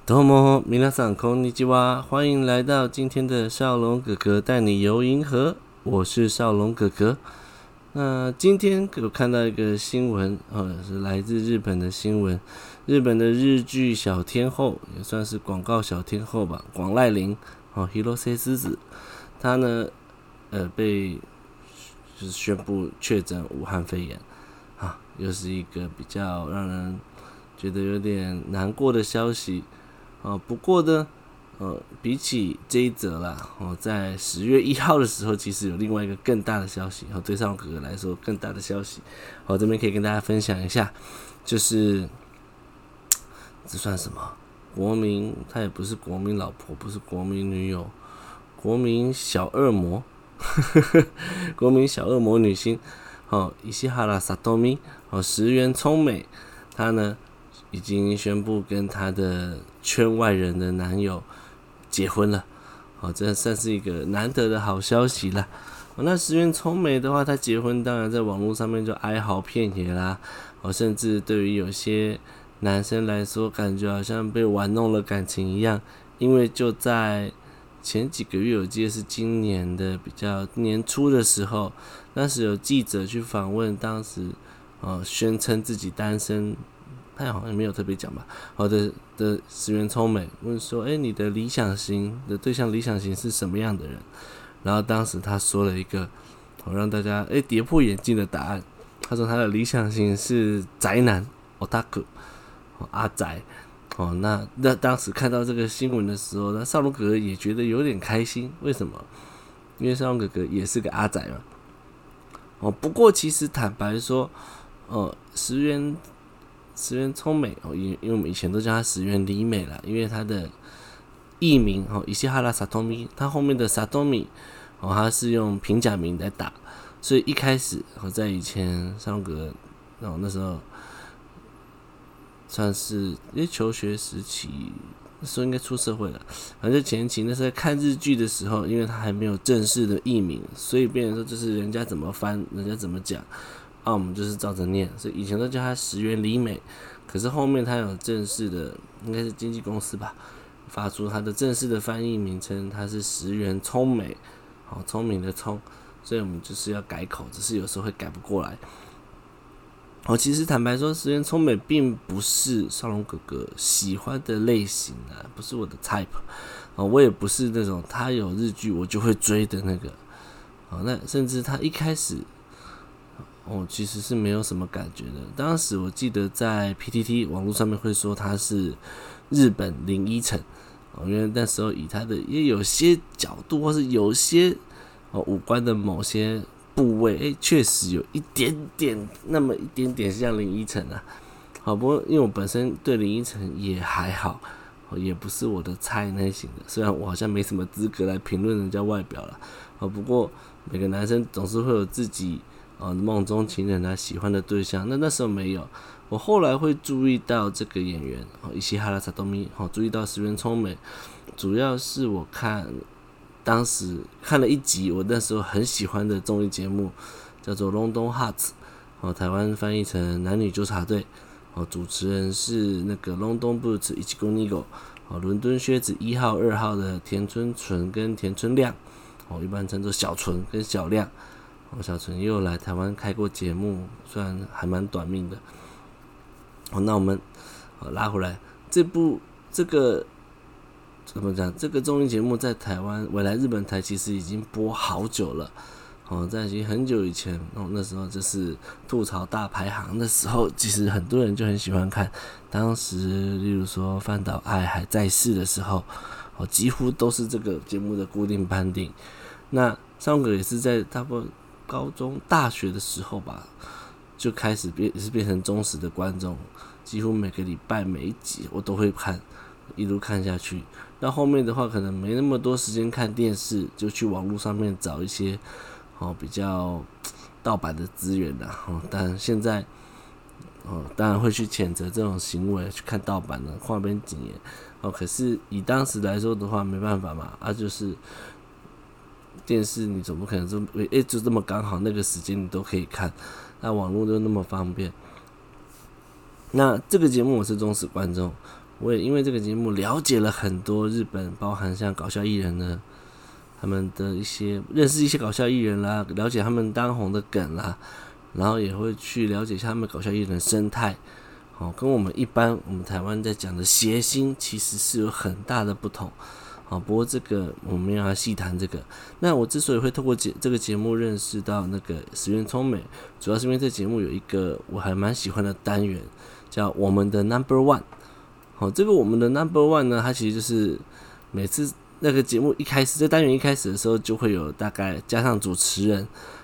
どうも皆さんこんにちは，欢迎来到今天的少龙哥哥带你游银河，我是少龙哥哥。那今天有看到一个新闻，是来自日本的新闻。日本的日剧小天后，也算是广告小天后吧，广濑铃，Hirose 狮子，她呢，被就是宣布确诊武汉肺炎，又是一个比较让人觉得有点难过的消息。不过呢，比起这一则啦，在10月1号的时候，其实有另外一个更大的消息，对少龙哥哥来说更大的消息，这边可以跟大家分享一下，就是这算什么？国民，他也不是国民老婆，不是国民女友，国民小恶魔，国民小恶魔女星，石原さとみ，石原聪美，她呢已经宣布跟她的圈外人的男友结婚了，这算是一个难得的好消息啦。那石原聪美的话，她结婚当然在网络上面就哀嚎遍野啦，甚至对于有些男生来说，感觉好像被玩弄了感情一样，因为就在前几个月，我记得是今年的比较年初的时候，当时有记者去访问当时宣称自己单身，他好像没有特别讲吧，的石原聪美问说，你的理想型的对象理想型是什么样的人？然后当时他说了一个让大家跌破眼镜的答案，他说他的理想型是宅男 otaku 阿宅。那当时看到这个新闻的时候，那少龙哥哥也觉得有点开心，为什么？因为少龙哥哥也是个阿宅嘛。不过其实坦白说，石原聪美，因为我们以前都叫她石原里美啦，因为她的艺名石原さとみ，她后面的さとみ，她是用平假名来打，所以一开始在以前少龙哥哥那时候算是求学时期，那时候应该出社会了，反正前期那时候看日剧的时候，因为他还没有正式的译名，所以变成说就是人家怎么翻，人家怎么讲，我们就是照着念，所以以前都叫他石原里美，可是后面他有正式的，应该是经纪公司吧，发出他的正式的翻译名称，他是石原聪美，聪明的聪，所以我们就是要改口，只是有时候会改不过来。其实坦白说，石原聪美并不是少龙哥哥喜欢的类型啊，不是我的 type，我也不是那种他有日剧我就会追的那个，那甚至他一开始，其实是没有什么感觉的。当时我记得在 PTT 网络上面会说他是日本林依晨，因为那时候以他的也有些角度或是有些五官的某些部位，确实有一点点那么一点点像林依晨啊。不过因为我本身对林依晨也还好，也不是我的菜类型的，虽然我好像没什么资格来评论人家外表啦，不过每个男生总是会有自己梦中情人啊喜欢的对象，那时候没有。我后来会注意到这个演员石原さとみ，注意到石原聪美，主要是我当时看了一集我那时候很喜欢的综艺节目，叫做《London Hearts》，台湾翻译成男女纠察队，主持人是那个 London Boots 1号2号，伦敦靴子1号2号的田村纯跟田村亮，一般称作小纯跟小亮。小纯也有来台湾开过节目，虽然还蛮短命的。那我们拉回来，这个怎么讲？这个综艺节目在台湾未来日本台其实已经播好久了，在已经很久以前，那时候就是吐槽大排行的时候，其实很多人就很喜欢看。当时例如说饭岛爱还在世的时候，几乎都是这个节目的固定班底。那少龙哥也是在差不多高中、大学的时候吧，就开始变成忠实的观众，几乎每个礼拜每一集我都会看，一路看下去。到后面的话，可能没那么多时间看电视，就去网络上面找一些比较盗版的资源啦。但现在当然会去谴责这种行为，去看盗版的画边景言。可是以当时来说的话，没办法嘛，就是电视你总不可能说就这么刚好那个时间你都可以看，那网络就那么方便。那这个节目我是忠实观众， 我也因为这个节目了解了很多日本，包含像搞笑艺人的他们的一些认识一些搞笑艺人啦，了解他们当红的梗啦，然后也会去了解一下他们搞笑艺人的生态。跟我们台湾在讲的谐星其实是有很大的不同。不过这个我们要细谈这个。那我之所以会透过这个节目认识到那个石原聪美，主要是因为这节目有一个我还蛮喜欢的单元，叫我们的 Number One。这个我们的 Number One 呢，它其实就是每次那个节目一开始，这单元一开始的时候，就会有大概加上主持人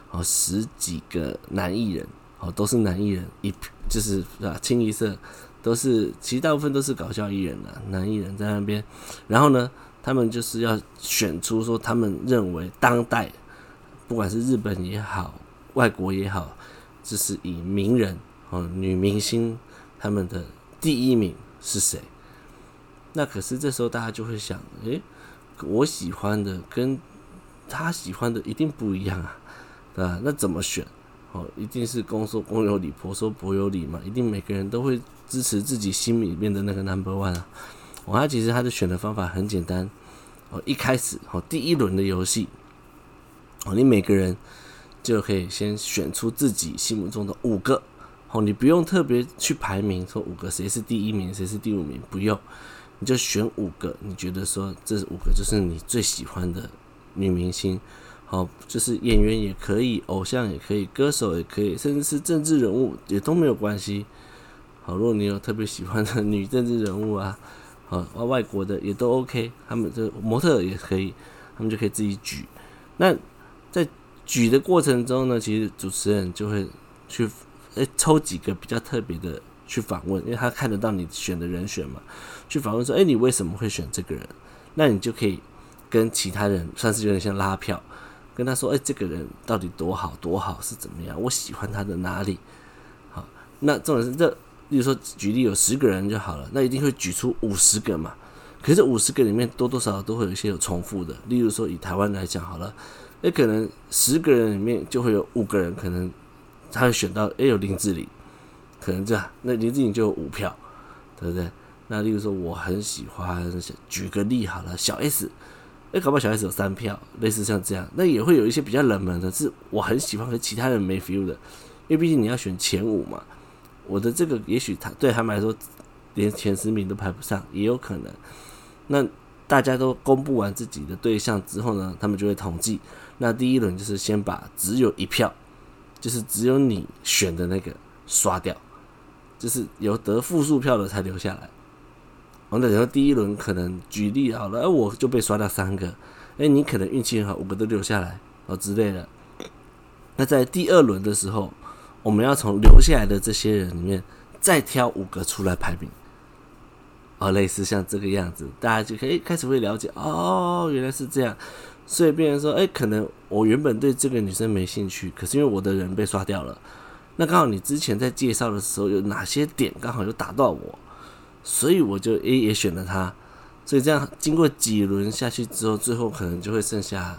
10几个男艺人，都是男艺人，就是清一色都是，其实大部分都是搞笑艺人啦，男艺人在那边。然后呢，他们就是要选出说他们认为当代，不管是日本也好，外国也好，就是以名人女明星他们的第一名是谁？那可是这时候大家就会想，我喜欢的跟他喜欢的一定不一样啊，对吧？那怎么选？一定是公说公有理，婆说婆有理嘛，一定每个人都会支持自己心里面的那个 number one 啊。他其实他的选的方法很简单，一开始第一轮的游戏，你每个人就可以先选出自己心目中的5个，你不用特别去排名，说5个谁是第1名，谁是第5名，不用，你就选5个，你觉得说这5个就是你最喜欢的女明星。就是演员也可以，偶像也可以，歌手也可以，甚至是政治人物也都没有关系。如果你有特别喜欢的女政治人物啊，外国的也都 OK， 他们这模特也可以，他们就可以自己举。那在举的过程中呢，其实主持人就会去抽几个比较特别的去访问，因为他看得到你选的人选嘛，去访问说，你为什么会选这个人？那你就可以跟其他人算是有点像拉票。跟他说，这个人到底多好多好是怎么样？我喜欢他的哪里？好，那重点是例如说举例有10个人就好了，那一定会举出50个嘛。可是50个里面多多少少都会有一些有重复的。例如说以台湾来讲好了，可能10个人里面就会有5个人，可能他会选到有林志玲，可能这样，那林志玲就有5票，对不对？那例如说我很喜欢，举个例好了，小 S。搞不好小 S 有3票，类似像这样，那也会有一些比较冷门的，是我很喜欢，和其他人没 feel 的，因为毕竟你要选前5嘛。我的这个也许对他们来说连前10名都排不上，也有可能。那大家都公布完自己的对象之后呢，他们就会统计。那第一轮就是先把只有1票，就是只有你选的那个刷掉，就是有得复数票的才留下来。那然后第一轮可能举例好了，我就被刷掉3个，你可能运气很好，5个都留下来之类的。那在第2轮的时候，我们要从留下来的这些人里面再挑5个出来排名，类似像这个样子，大家就可以开始会了解，原来是这样。所以变成说，可能我原本对这个女生没兴趣，可是因为我的人被刷掉了，那刚好你之前在介绍的时候有哪些点刚好有打到我。所以我就也选了他，所以这样经过几轮下去之后，最后可能就会剩下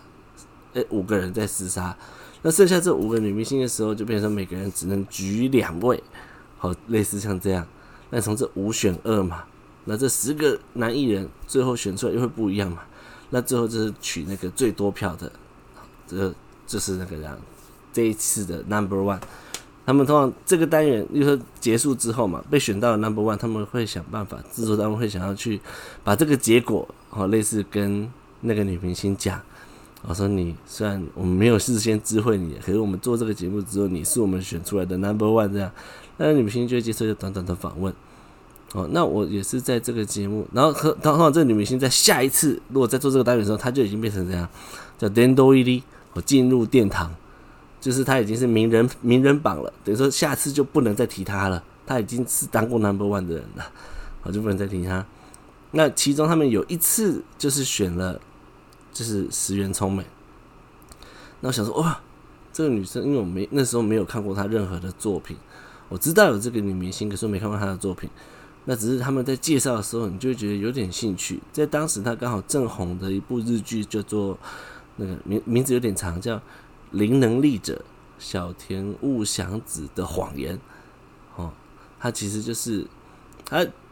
5个人在厮杀。那剩下这5个女明星的时候，就变成每个人只能举2位，类似像这样。那从这5选2嘛，那这10个男艺人最后选出来又会不一样嘛。那最后就是取那个最多票的，这就是那个这一次的 number one。他们通常这个单元，例如说结束之后嘛，被选到了 number one， 他们会想办法，制作单位会想要去把这个结果，类似跟那个女明星讲，说你虽然我们没有事先知会你，可是我们做这个节目之后，你是我们选出来的 number one， 这样，那女明星就会接受一个短短的访问。那我也是在这个节目，然后通常这个女明星在下一次如果在做这个单元的时候，她就已经变成这样，叫 Dendo Ili， 进入殿堂。就是他已经是名人榜了，等于说下次就不能再提他了，他已经是当过 number one 的人了，就不能再提他。那其中他们有一次就是选了，就是石原聪美。那我想说，哇，这个女生，因为我那时候没有看过她任何的作品，我知道有这个女明星，可是我没看过她的作品。那只是他们在介绍的时候，你就会觉得有点兴趣。在当时，她刚好正红的一部日剧叫做那个名字有点长，叫灵能力者小田物祥子的谎言。它其实就是它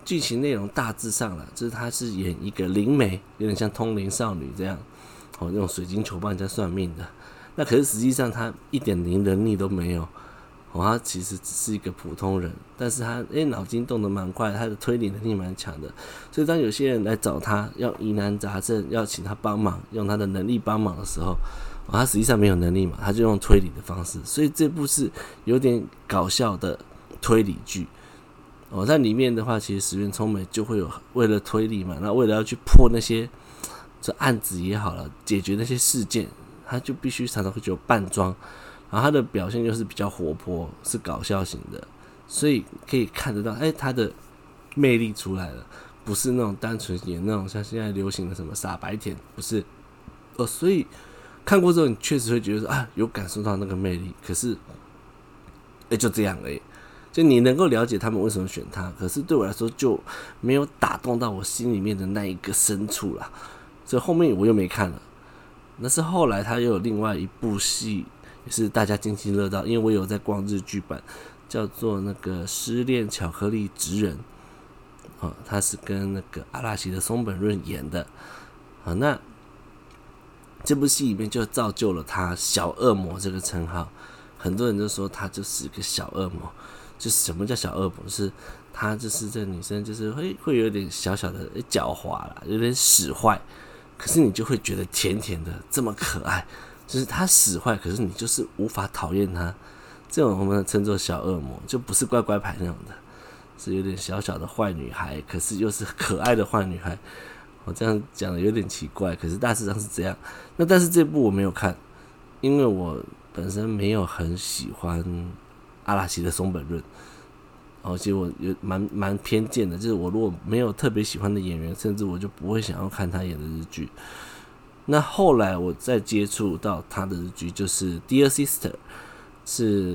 剧情内容大致上啦，就是他是演一个灵媒，有点像通灵少女这样，用水晶球帮人家算命的。那可是实际上他一点灵能力都没有，他其实只是一个普通人，但是他脑筋动得蛮快，他的推理能力蛮强的。所以当有些人来找他要疑难杂症，要请他帮忙，用他的能力帮忙的时候，他实际上没有能力嘛，他就用推理的方式。所以这部是有点搞笑的推理剧。在里面的话，其实石原聪美就会有为了推理嘛，那为了要去破那些这案子也好了，解决那些事件，他就必须常常会有扮装，然后他的表现又是比较活泼，是搞笑型的，所以可以看得到，他的魅力出来了，不是那种单纯演那种像现在流行的什么傻白甜，不是，所以看过之后，你确实会觉得说有感受到那个魅力，可是，就这样而已。就你能够了解他们为什么选他，可是对我来说就没有打动到我心里面的那一个深处啦，所以后面我又没看了。那是后来他又有另外一部戏，也是大家津津乐道，因为我有在逛日剧版，叫做那个《失恋巧克力职人》，他是跟那个阿拉西的松本润演的，那这部戏里面就造就了他小恶魔这个称号，很多人就说他就是个小恶魔。就是什么叫小恶魔？是她就是这女生，就是会有点小小的狡猾啦，有点使坏，可是你就会觉得甜甜的，这么可爱。就是她使坏，可是你就是无法讨厌她。这种我们称作小恶魔，就不是乖乖牌那种的，是有点小小的坏女孩，可是又是可爱的坏女孩。我这样讲的有点奇怪，可是大致上是这样。那但是这部我没有看，因为我本身没有很喜欢阿拉西的松本润，其实我有蛮偏见的，就是我如果没有特别喜欢的演员，甚至我就不会想要看他演的日剧。那后来我再接触到他的日剧，就是《Dear Sister》，是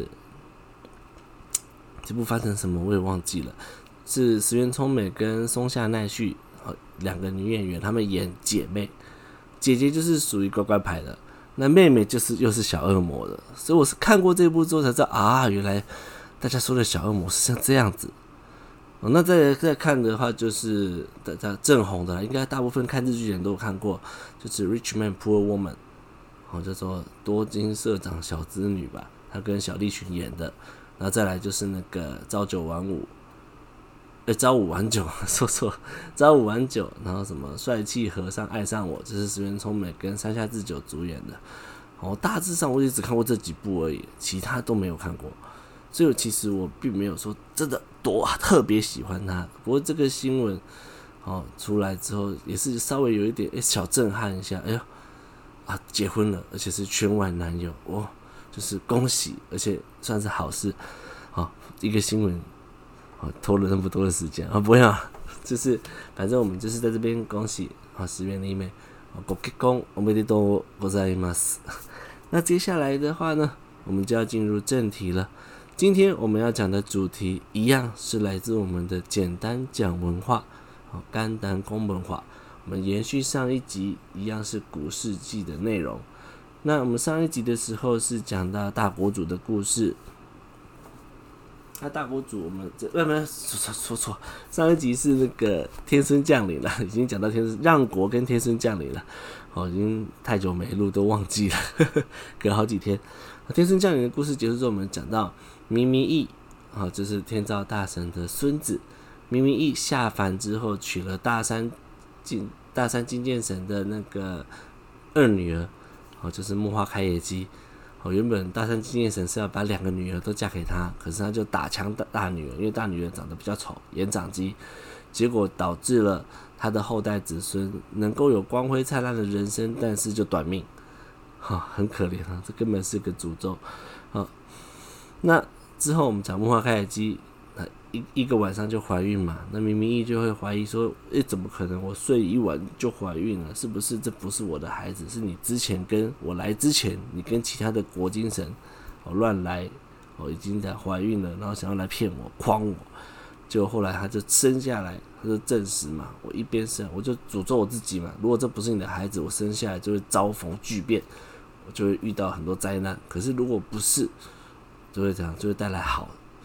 这部翻成什么我也忘记了，是石原聪美跟松下奈绪两个女演员，她们演姐妹，姐姐就是属于乖乖牌的。那妹妹就是又是小恶魔的，所以我是看过这部之后才知道原来大家说的小恶魔是像这样子。那再看的话，就是大家正红的，应该大部分看日剧人都有看过，就是《Rich Man Poor Woman》，叫做多金社长小资女吧，她跟小栗旬演的。然后再来就是那个朝九晚五。朝五晚九，说错，朝五晚九，然后什么帅气和尚爱上我，这是石原聪美跟山下智久主演的。大致上我也只看过这几部而已，其他都没有看过，所以其实我并没有说真的多特别喜欢他。不过这个新闻出来之后，也是稍微有一点小震撼一下，结婚了，而且是圈外男友，就是恭喜，而且算是好事。一个新闻。拖了那么多的时间不要，就是反正我们就是在这边恭喜石原里美ご結婚おめでとうございます。那接下来的话呢，我们就要进入正题了。今天我们要讲的主题一样是来自我们的简单讲文化，简単講文化。我们延续上一集，一样是古世纪的内容。那我们上一集的时候是讲到大国主的故事。那大国主我们说错，上一集是那个天孙降临了，已经讲到让国跟天孙降临了，已经太久没录都忘记了，隔好几天。天孙降临的故事结束之后，我们讲到明明义，就是天照大神的孙子。明明义下凡之后，娶了大山金剑神的那个二女儿，就是木花开野姬。原本大山金剑神是要把2个女儿都嫁给他，可是他就打枪大女儿，因为大女儿长得比较丑，眼长鸡，结果导致了他的后代子孙能够有光辉灿烂的人生，但是就短命，很可怜这根本是个诅咒。那之后我们讲木花开野姬，一个晚上就怀孕嘛，那明明义就会怀疑说，怎么可能我睡一晚就怀孕了？是不是这不是我的孩子？是你之前跟我来之前，你跟其他的国精神乱来，已经在怀孕了，然后想要来骗我、诓我。结果后来他就生下来，他就证实嘛，我一边生我就诅咒我自己嘛，如果这不是你的孩子，我生下来就会遭逢巨变，我就会遇到很多灾难。可是如果不是，就会这样，就会带来好。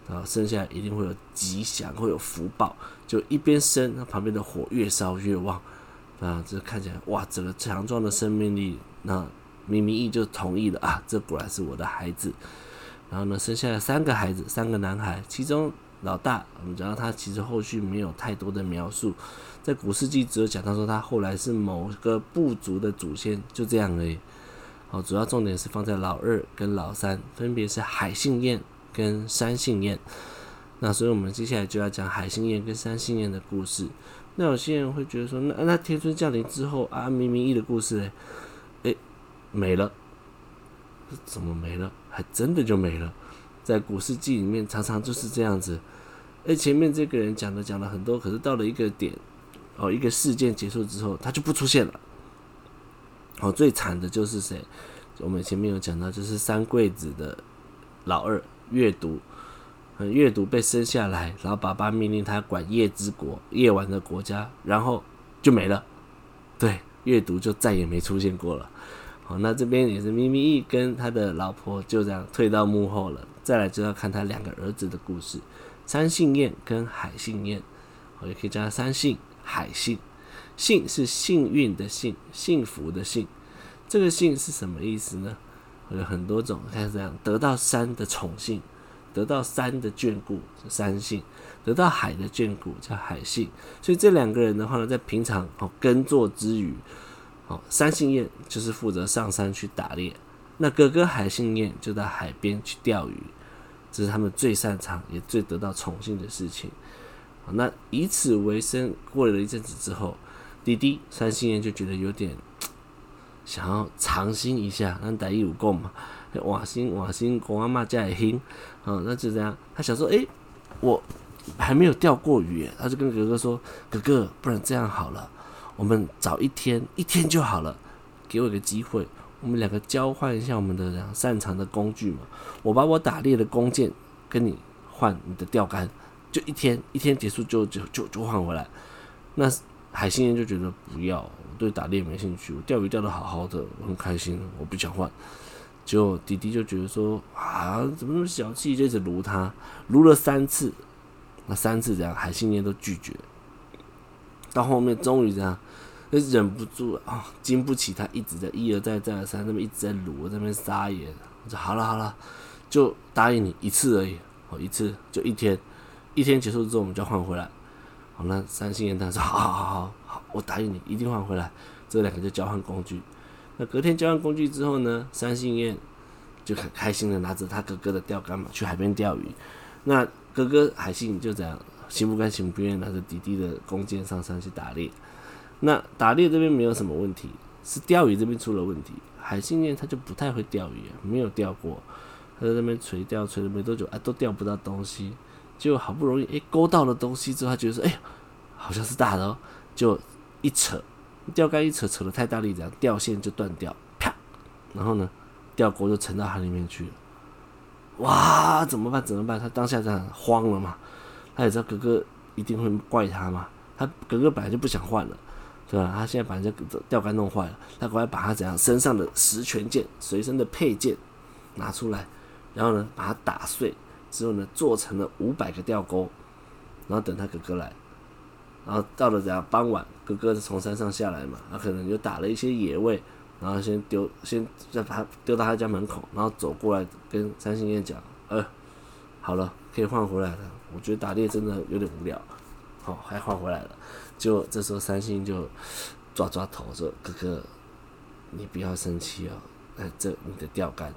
生下来一定会有吉祥，会有福报。就一边生，那旁边的火越烧越旺，这看起来哇，整个强壮的生命力。那咪咪意就同意了啊，这果然是我的孩子。然后呢，生下了3个孩子，3个男孩，其中老大，我们讲到他其实后续没有太多的描述，在古世纪只有讲到说他后来是某个部族的祖先，就这样而已。主要重点是放在老2跟老3，分别是海信彦跟山信彦。那所以我们接下来就要讲海信彦跟山信彦的故事。那有些人会觉得说，那天孙降临之后啊，咪咪意的故事没了，怎么没了？还真的就没了。在古世纪里面，常常就是这样子。前面这个人讲了很多，可是到了一个点，一个事件结束之后，他就不出现了。最惨的就是谁？我们前面有讲到，就是三贵子的老2月读。月读被生下来，然后爸爸命令他管夜之国，夜晚的国家，然后就没了。对，月读就再也没出现过了。那这边也是咪咪意跟他的老婆就这样退到幕后了。再来就要看他2个儿子的故事，山信彦跟海信彦，也可以叫他山信、海信。信是幸运的幸，幸福的幸。这个幸是什么意思呢？有很多种，看这样，得到山的宠幸，得到山的眷顾是山信，得到海的眷顾叫海信。所以这2个人的话呢，在平常耕作之余，山信彦就是负责上山去打猎，那哥哥海信彦就到海边去钓鱼，这是他们最擅长也最得到宠幸的事情。那以此为生，过了一阵子之后，弟弟山信彦就觉得有点想要尝新一下，咱台语有讲嘛，换新，公阿嬷才会兴，那就这样，他想说，我还没有钓过鱼，他就跟哥哥说，哥哥，不然这样好了，我们找一天就好了，给我一个机会，我们2个交换一下我们的擅长的工具嘛，我把我打猎的弓箭跟你换你的钓竿，就一天结束就换回来。那海信彦就觉得不要，我对打猎没兴趣，我钓鱼钓得好好的，我很开心，我不想换。结果弟弟就觉得说怎么那么小气，就一直撸他，撸了3次，那3次这样海信彦都拒绝。到后面终于这样，忍不住了经不起他一直在一而再再而三那边一直在撸，在那边撒野。我说好了，就答应你1次而已，一次就1天，1天结束之后我们就换回来。那山信彦他说好，我答应你一定换回来。这2个就交换工具。那隔天交换工具之后呢，山信彦就很开心的拿着他哥哥的钓竿嘛，去海边钓鱼。那哥哥海信就这样心不甘情不愿拿着弟弟的弓箭上山去打猎。那打猎这边没有什么问题，是钓鱼这边出了问题。海信彦他就不太会钓鱼，没有钓过，他在那边垂钓了没多久都钓不到东西。就好不容易勾到了东西之后，他觉得说好像是大的就一扯，钓竿一扯得太大力，这样钓线就断掉，啪，然后呢钓钩就沉到海里面去了。哇，怎么办？他当下这样慌了嘛，他也知道哥哥一定会怪他嘛，他哥哥本来就不想换了，对吧？他现在把人家钓竿弄坏了，他赶快把他身上的10全剑随身的配件拿出来，然后呢把它打碎之后呢，做成了500个钓钩，然后等他哥哥来，然后到了傍晚，哥哥从山上下来嘛，他可能就打了一些野味，然后先把他丢到他家门口，然后走过来跟山信彦讲，好了，可以换回来了。我觉得打猎真的有点无聊，还换回来了。就这时候山信就抓头说：“哥哥，你不要生气哦，这你的钓竿，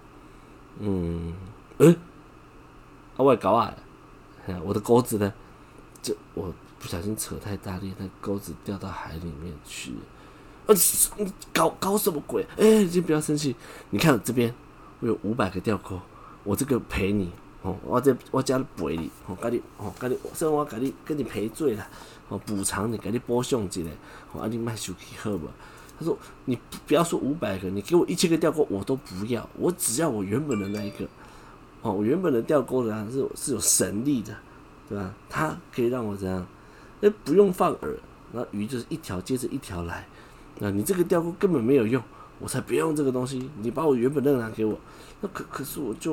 我的钩啊，我的钩子呢？我不小心扯太大力，那钩子掉到海里面去了。你搞什么鬼？你先不要生气，你看这边我有500个钓钩，我这个赔你我家赔你，所以我跟你赔罪啦，补偿你，给你补偿一下，你别生气好不好？他说你不要说500个，你给我1000个钓钩我都不要，我只要我原本的那一个。我原本的钓钩的是有神力的，对吧？它可以让我这样，不用放饵，然后鱼就是一条接着一条来。你这个钓钩根本没有用，我才不要用这个东西。你把我原本那个拿给我，那可是我就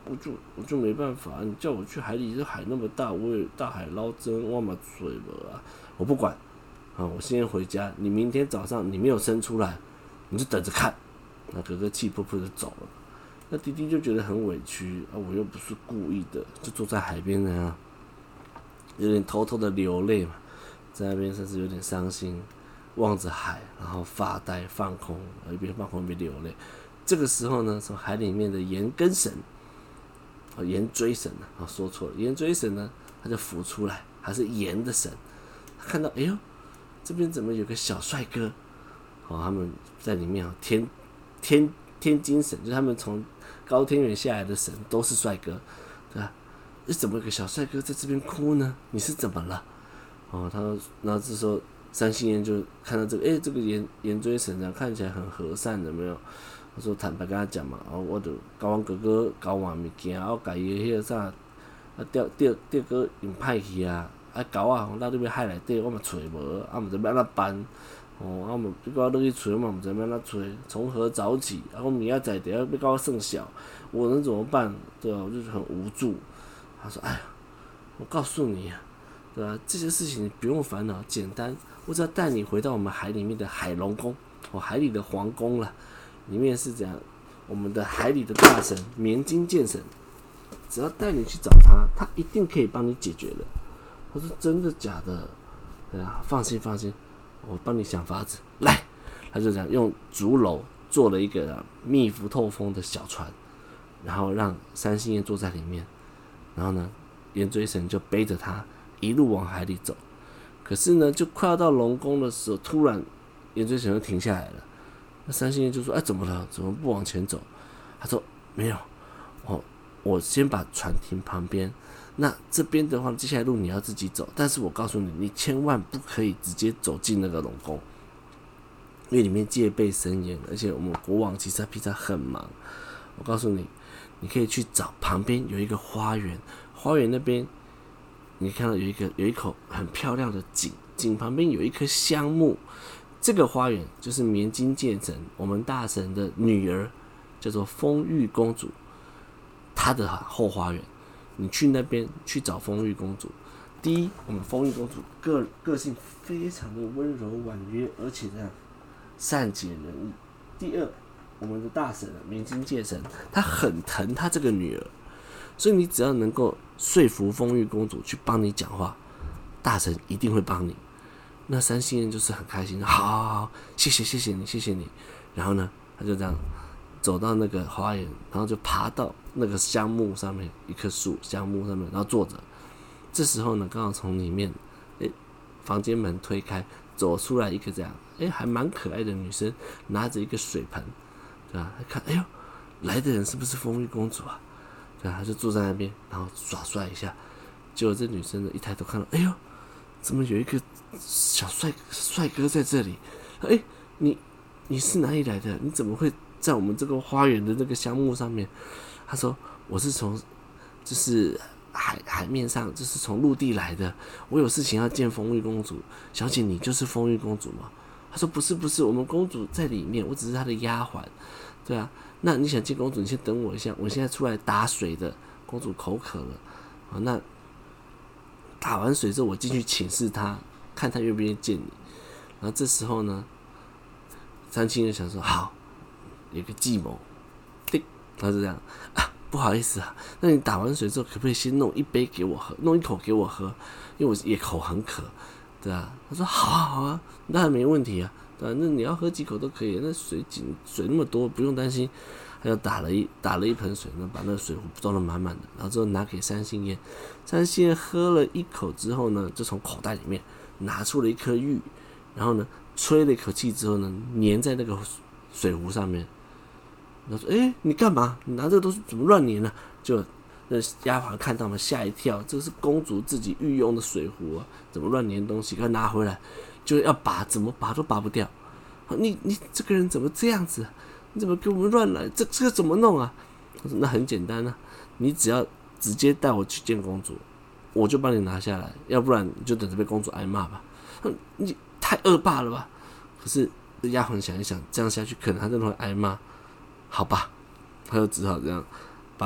我就没办法，你叫我去海里，这海那么大，我也大海捞针，我嘛水了啊，我不管啊，我现在回家，你明天早上你没有生出来，你就等着看。那哥哥气噗噗的走了，那弟弟就觉得很委屈啊，我又不是故意的，就坐在海边那样，有点偷偷的流泪嘛，在那边甚至有点伤心，望着海，然后发呆放空，一边放空一边流泪。这个时候呢，从海里面的岩根神，岩锥神啊，说错了，岩锥神呢，他就浮出来，他是岩的神，他看到，哎呦，这边怎么有个小帅哥？他们在里面天津神，就是他们从高天原下来的神，都是帅哥，对吧？怎么有个小帅哥在这边哭呢？你是怎么了？然后这时候三星烟就看到这个，这个岩锥神这样看起来很和善，有没有？他说坦白跟他讲嘛，我就教阮哥哥教我物件，我家己迄个啥，钓个用歹去啊，狗啊，拉入去海内底，我嘛找无，毋知要安怎办。我嘛要甲我落去找，我嘛毋知要安怎找，从何找起？我明仔载要甲我算小，我能怎么办？对吧？我就是很无助。他说：“哎呀，我告诉你啊，对吧？这些事情你不用烦恼，简单，我只要带你回到我们海里面的海龙宫，海里的皇宫啦。里面是怎样？我们的海里的大神绵津剑神，只要带你去找他，他一定可以帮你解决的。”我说：“真的假的？”对啊，放心，我帮你想法子。来，他就这样用竹篓做了一个密不透风的小船，然后让三星叶坐在里面，然后呢，岩锥神就背着他一路往海里走。可是呢，就快要到龙宫的时候，突然岩锥神就停下来了。那三星叶就说：“怎么了？怎么不往前走？”他说：“没有，我先把船停旁边。那这边的话，接下来路你要自己走。但是我告诉你，你千万不可以直接走进那个龙宫，因为里面戒备森严，而且我们国王其实他平常很忙。我告诉你，你可以去找旁边有一个花园，花园那边你看到有一口很漂亮的井，井旁边有一棵香木。这个花园就是绵津剑神，我们大神的女儿，叫做丰玉公主，她的后花园。你去那边去找丰玉公主。第一，我们丰玉公主个性非常的温柔婉约，而且这样善解人意。第二，我们的大神绵津剑神，他很疼他这个女儿，所以你只要能够说服丰玉公主去帮你讲话，大神一定会帮你。那三星人就是很开心，好，谢谢你。然后呢，他就这样走到那个花园，然后就爬到那个香木上面，一棵树香木上面，然后坐着。这时候呢，刚好从里面，房间门推开，走出来一个这样，还蛮可爱的女生，拿着一个水盆，对吧？她看，哎呦，来的人是不是丰玉公主啊？对吧？她就坐在那边，然后耍帅一下。结果这女生呢，一抬头看到，哎呦，怎么有一个小帅哥在这里？你是哪里来的？你怎么会在我们这个花园的这个香木上面？他说：“我是从就是海面上，就是从陆地来的。我有事情要见丰玉公主，小姐，你就是丰玉公主吗？”他说：“不是，我们公主在里面，我只是她的丫鬟。对啊，那你想见公主，你先等我一下，我现在出来打水的，公主口渴了。那打完水之后，我进去请示她，看她愿不愿意见你。然后这时候呢，三清就想说，好，有个计谋，对，他是这样啊，不好意思啊，那你打完水之后，可不可以先弄一杯给我喝，弄一口给我喝，因为我也口很渴，对啊。他说好啊，当然没问题啊，对啊，那你要喝几口都可以，那水那么多，不用担心。他就打了一盆水，把那个水壶装得满满的，然后之后拿给三星燕，三星燕喝了一口之后呢，就从口袋里面拿出了一颗玉，然后呢吹了一口气之后呢，粘在那个水壶上面。他说：“你干嘛？你拿这个东西怎么乱粘呢？”就那丫鬟看到了，吓一跳，这是公主自己御用的水壶啊，怎么乱粘东西？快拿回来！就要拔，怎么拔都拔不掉。你这个人怎么这样子？你怎么给我们乱来？这个怎么弄啊？他说：“那很简单啊，你只要直接带我去见公主，我就帮你拿下来，要不然你就等着被公主挨骂吧。你太恶霸了吧？”可是丫鬟想一想，这样下去可能他真的会挨骂，好吧，他就只好这样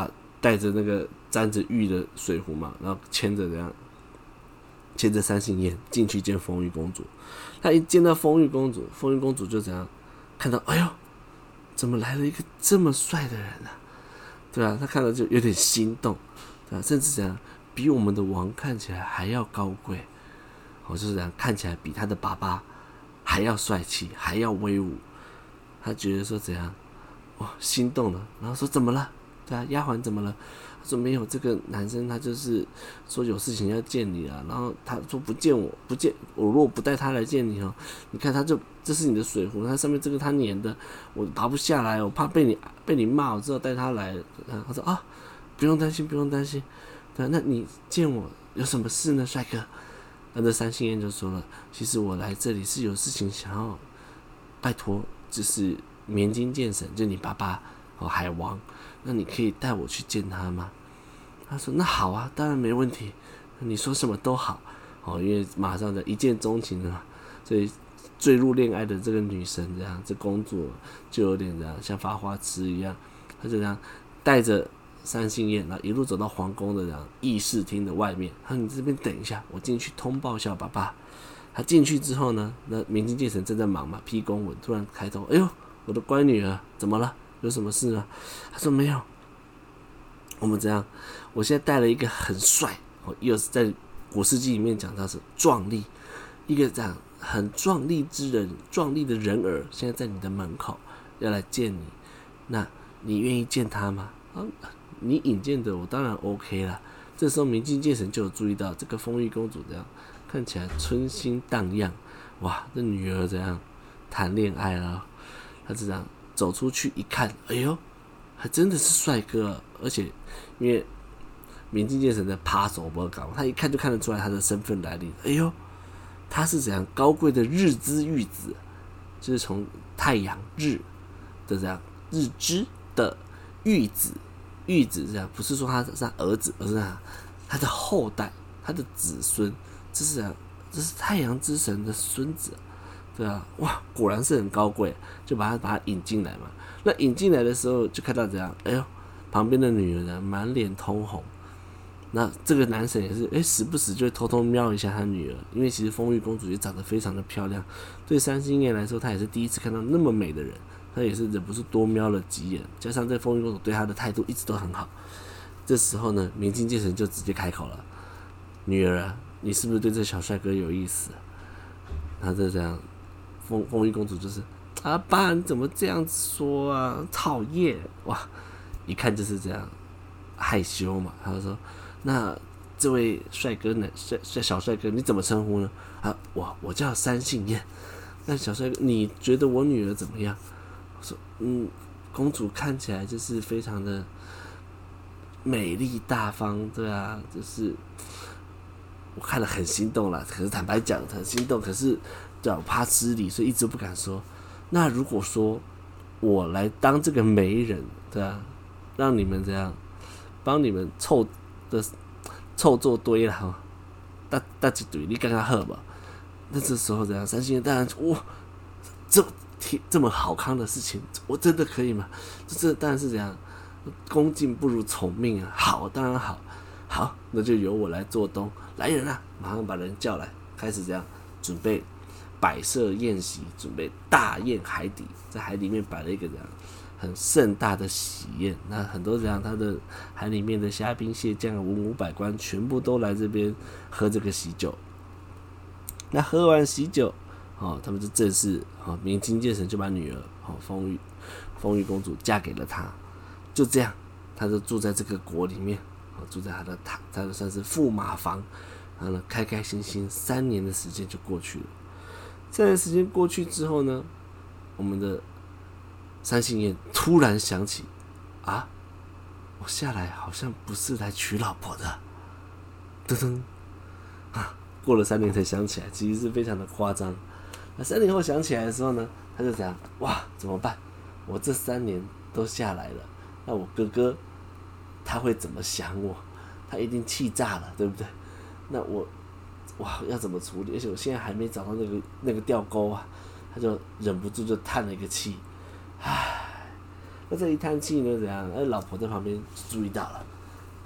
带着那个沾着玉的水壶嘛，然后牵着三星燕进去见丰玉公主。他一见到丰玉公主，丰玉公主就怎样看到，哎呦，怎么来了一个这么帅的人啊？对啊，他看到就有点心动，对啊，甚至怎样比我们的王看起来还要高贵，就是这样看起来比他的爸爸还要帅气，还要威武。他觉得说怎样，哇，心动了，然后说怎么了？对啊，丫鬟怎么了？他说没有，这个男生他就是说有事情要见你啊，然后他说不见我，如果不带他来见你哦，你看这是你的水壶，它上面这个他粘的，我拔不下来，我怕被你骂，我只好带他来。他说啊，不用担心，对，那你见我有什么事呢，帅哥？那这三星燕就说了，其实我来这里是有事情想要拜托，就是绵津剑神，就你爸爸海王，那你可以带我去见他吗？他说那好啊，当然没问题，你说什么都好因为马上的一见钟情了嘛，所以坠入恋爱的这个女神这样，这公主就有点这样像发花痴一样，她就这样带着三星燕，然后一路走到皇宫的这样议事厅的外面。他说你这边等一下，我进去通报一下爸爸。他进去之后呢，那明津剑神正在忙嘛，批公文，突然开头，哎呦，我的乖女儿怎么了？有什么事啊？他说没有，我们这样，我现在带了一个很帅，又是在古世纪里面讲他是壮丽，一个这样很壮丽之人，壮丽的人儿，现在在你的门口要来见你，那你愿意见他吗？你引荐的我当然 OK 啦。这时候明津剑神就有注意到这个丰玉公主这样看起来春心荡漾，哇，这女儿怎样谈恋爱了？她这样走出去一看，哎呦，还真的是帅哥，而且因为明津剑神在趴手不搞，他一看就看得出来他的身份来历。哎呦，他是怎样高贵的日之玉子，就是从太阳日的这样日之的玉子。玉子这样不是说他是他儿子，而是他的后代，他的子孙，这是太阳之神的孙子，对啊，哇，果然是很高贵，就把他引进来嘛。那引进来的时候就看到这样，哎呦，旁边的女人呢满脸通红。那这个男神也是，时不时就会偷偷瞄一下他女儿，因为其实丰玉公主也长得非常的漂亮，对三星燕来说，她也是第一次看到那么美的人。他也是忍不住多瞄了几眼，加上这丰玉公主对他的态度一直都很好。这时候呢，明津剑神就直接开口了：“女儿啊，你是不是对这小帅哥有意思？”他就这样，丰玉公主就是啊，爸，你怎么这样子说啊？讨厌！哇，一看就是这样害羞嘛。他就说：“那这位帅哥呢？小帅哥，你怎么称呼呢？”啊，我叫三星燕。那小帅哥，你觉得我女儿怎么样？说公主看起来就是非常的美丽大方，对啊，就是我看了很心动了。可是坦白讲，很心动，可是对啊，我怕失礼，所以一直不敢说。那如果说我来当这个媒人，对啊，让你们这样帮你们凑作堆啦，大一堆，你刚刚好吧？那这时候这样，三星当然哇，这么好康的事情，我真的可以吗？这当然是这样，恭敬不如从命啊！好，当然好，好，那就由我来做东。来人啊，马上把人叫来，开始这样准备摆设宴席，准备大宴海底，在海里面摆了一个这样很盛大的喜宴。那很多这样，他的海里面的虾兵蟹将、文武百官全部都来这边喝这个喜酒。那喝完喜酒。他们就正式明津剑神就把女儿丰玉公主嫁给了他，就这样，他就住在这个国里面，住在他的算是驸马房，然后呢，开开心心3年的时间就过去了。3年时间过去之后呢，我们的三星燕突然想起，啊，我下来好像不是来娶老婆的，噔噔，过了3年才想起来，其实是非常的夸张。那3年后想起来的时候呢，他就讲：哇，怎么办？我这3年都下来了，那我哥哥他会怎么想我？他一定气炸了，对不对？那我要怎么处理？而且我现在还没找到那个吊钩啊，他就忍不住就叹了一个气，唉。那这一叹气呢，怎样？老婆在旁边注意到了，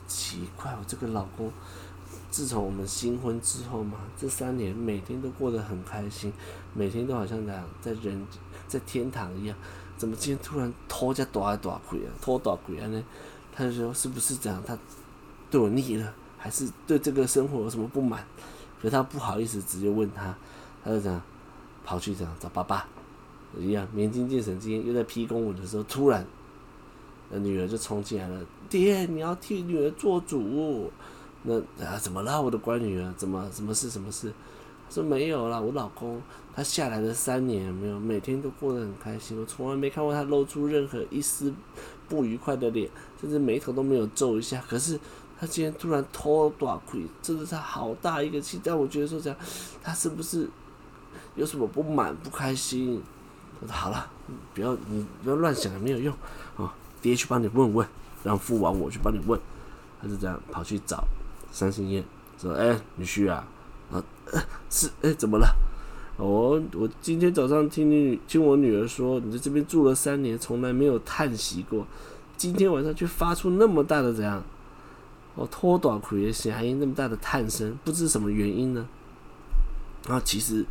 奇怪，我这个老公，自从我们新婚之后嘛，这3年每天都过得很开心，每天都好像在天堂一样，怎么今天突然头家大开啊，头大开呢？他就说是不是这样？他对我腻了，还是对这个生活有什么不满？可是他不好意思直接问他，他就这样跑去这样找爸爸，一样年轻精神。今天又在批公文的时候，突然女儿就冲进来了，爹，你要替女儿做主。那怎么了，我的乖女儿？什么事？他说没有啦，我老公他下来了3年，有没有每天都过得很开心，我从来没看过他露出任何一丝不愉快的脸，甚至眉头都没有皱一下。可是他今天突然头大开，真的是好大一个气，但我觉得说这样，他是不是有什么不满、不开心？我说好了，你不要乱想，没有用哦，爹去帮你问问，让父王我去帮你问。他就这样跑去找三星燕，说：“女婿啊，是怎么了？我今天早上听我女儿说，你在这边住了3年，从来没有叹息过，今天晚上却发出那么大的怎样？拖短裤的声音，那么大的叹声，不知什么原因呢？其实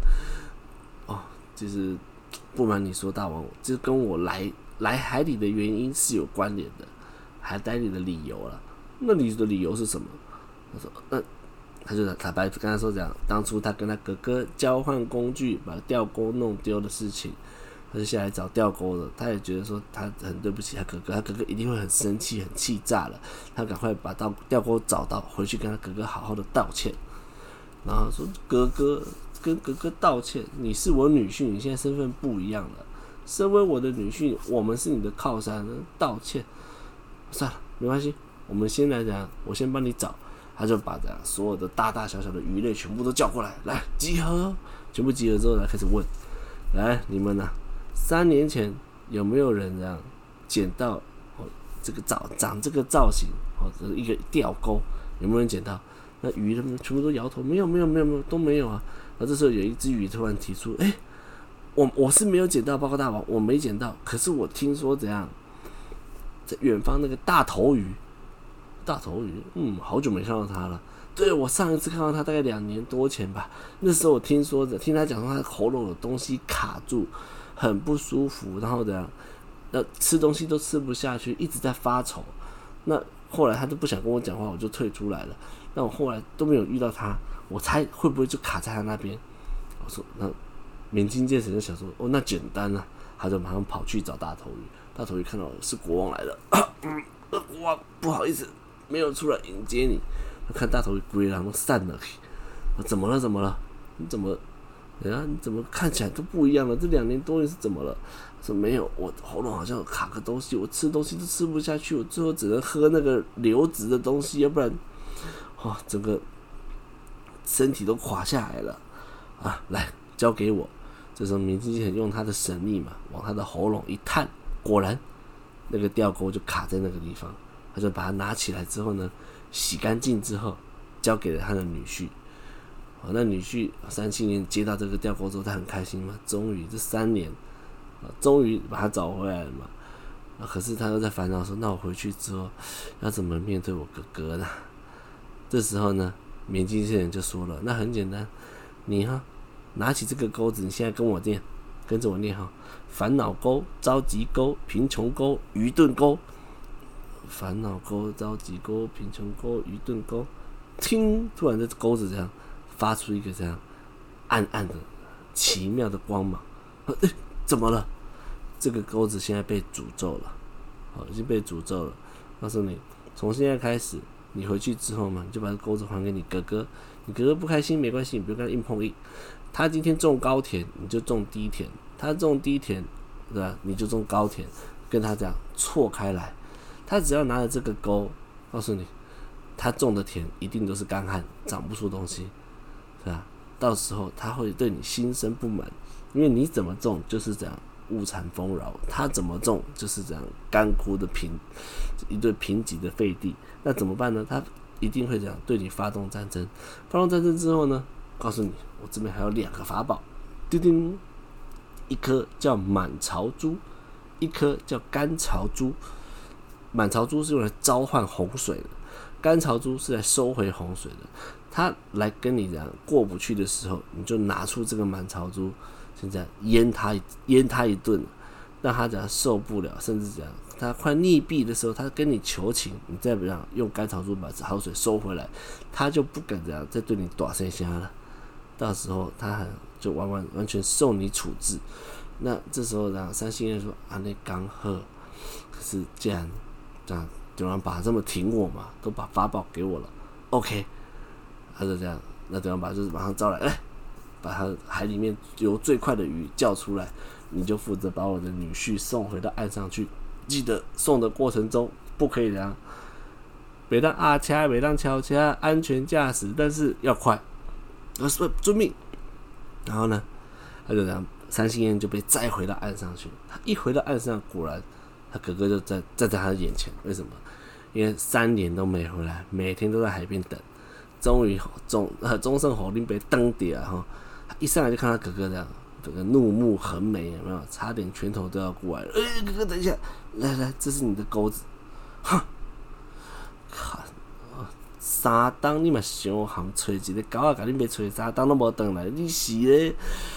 不瞒你说，大王，这跟我来海里的原因是有关联的，海里的理由了。那你的理由是什么？”他说：“他就坦白跟他说这样，当初他跟他哥哥交换工具，把钓钩弄丢的事情，他就下来找钓钩的。他也觉得说他很对不起他哥哥，他哥哥一定会很生气、很气炸了。他赶快把钓钩找到，回去跟他哥哥好好的道歉。然后说跟哥哥道歉，你是我女婿，你现在身份不一样了。身为我的女婿，我们是你的靠山，道歉算了，没关系，我们先来讲，我先帮你找。”他就把这样所有的大大小小的鱼类全部都叫过来，来集合，全部集合之后，来开始问，来你们3年前有没有人这样捡到这个长这个造型一个钓钩，有没有人捡到？那鱼他们全部都摇头，没有都没有啊。然后这时候有一只鱼突然提出，我是没有捡到，报告大王，我没捡到，可是我听说怎样，在远方那个大头鱼，好久没看到他了。对，我上一次看到他大概2年多前吧。那时候我听他讲说他喉咙有东西卡住，很不舒服，然后怎样，吃东西都吃不下去，一直在发愁。那后来他就不想跟我讲话，我就退出来了。那我后来都没有遇到他，我猜会不会就卡在他那边？我说那免金剑神就想说，那简单啊，他就马上跑去找大头鱼。大头鱼看到是国王来了，国王不好意思，没有出来迎接你。看大头鱼龟然后散了，怎么了？你怎么看起来都不一样了？这2年多你是怎么了？说没有，我喉咙好像有卡个东西，我吃东西都吃不下去，我最后只能喝那个流质的东西，要不然，整个身体都垮下来了啊！来，交给我。这时候明金剑用他的神力嘛，往他的喉咙一探，果然那个钓钩就卡在那个地方。他就把它拿起来之后呢，洗干净之后，交给了他的女婿。那女婿37年接到这个钓钩之后，他很开心嘛，终于这3年，终于把他找回来了嘛。可是他又在烦恼说，那我回去之后要怎么面对我哥哥呢？这时候呢，缅金仙人就说了，那很简单，你拿起这个钩子，你现在跟着我念烦恼钩、着急钩、贫穷钩、愚钝钩。烦恼钩、着急钩、贫穷钩、愚钝钩，突然这钩子这样发出一个这样暗暗的奇妙的光芒。怎么了？这个钩子现在被诅咒了，已经被诅咒了。告诉你，从现在开始，你回去之后嘛，你就把这钩子还给你哥哥。你哥哥不开心没关系，你不用跟他硬碰硬。他今天种高田，你就种低田；他种低田，对吧？你就种高田，跟他这样错开来。他只要拿着这个钩，告诉你，他种的田一定都是干旱，长不出东西，是吧？到时候他会对你心生不满，因为你怎么种就是这样物产丰饶，他怎么种就是这样干枯的一堆贫瘠的废地。那怎么办呢？他一定会这样对你发动战争。发动战争之后呢，告诉你，我这边还有2个法宝，叮叮，一颗叫满巢珠，一颗叫干巢珠。满巢珠是用来召唤洪水的， 甘草珠是来收回洪水的，他来跟你讲过不去的时候，你就拿出这个满槽珠，现在淹他一顿，让他讲受不了，甚至讲他快溺毙的时候，他跟你求情，你再不让用甘草珠把好水收回来，他就不敢这样再对你大声声了。到时候他就完全受你处置。那这时候三星爷说那刚好，可是既然这样有人把这么挺我嘛，都把法宝给我了 ，OK， 他就这样，那对方把就是马上招来，把他海里面游最快的鱼叫出来，你就负责把我的女婿送回到岸上去。记得送的过程中不可以这样，别让阿掐，别让敲掐，安全驾驶，但是要快，遵命。然后呢，他就这样，三星燕就被载回到岸上去。他一回到岸上，果然他哥哥就在他的眼前。为什么？因为3年都没回来，每天都在海边等。终于钟圣侯令被登底了哈！他一上来就看他哥哥这样，这个怒目横眉，有没有？差点拳头都要过来了。哥哥，等一下，来，这是你的钩子。哼，3档你嘛伤含，找一个狗仔甲你要找3档都无回来，你是咧？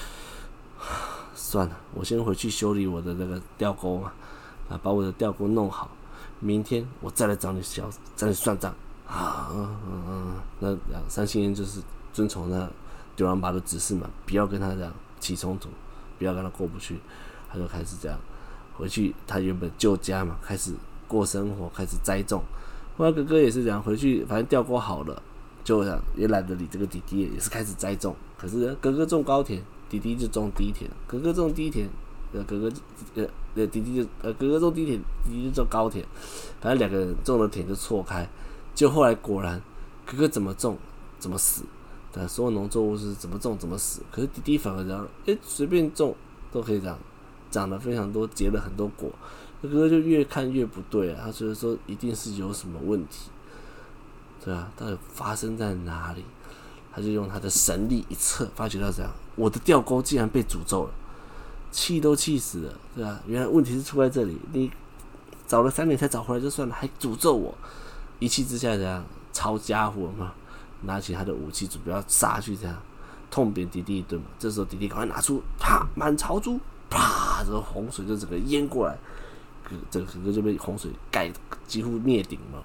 算了，我先回去修理我的那个钓钩嘛，把我的钓钩弄好，明天我再来找你算账。那三星人就是遵从那丢郎拔的指示嘛，不要跟他这样起冲突，不要跟他过不去，他就开始这样回去他原本旧家嘛，开始过生活，开始栽种。后来哥哥也是这样回去，反正钓钩好了，就这样也懒得理这个弟弟，也是开始栽种。可是哥哥种高田，弟弟就种低田；哥哥种低田，哥哥种低田，弟弟就种高田。反正2个人种的田就错开。就后来果然，哥哥怎么种怎么死，对，所有农作物是怎么种怎么死。可是弟弟反而这样，随便种都可以这样，长得非常多，结了很多果。哥哥就越看越不对他觉得说一定是有什么问题，对啊，到底发生在哪里？他就用他的神力一测，发觉到这样，我的钓钩竟然被诅咒了，气都气死了，对啊，原来问题是出在这里，你找了3年才找回来就算了，还诅咒我。一气之下，这样抄家伙嘛，拿起他的武器，准备要杀去，这样痛扁弟弟一顿嘛。这时候弟弟赶快拿出满槽珠，啪，这个洪水就整个淹过来，这个哥哥就被洪水盖，几乎灭顶嘛，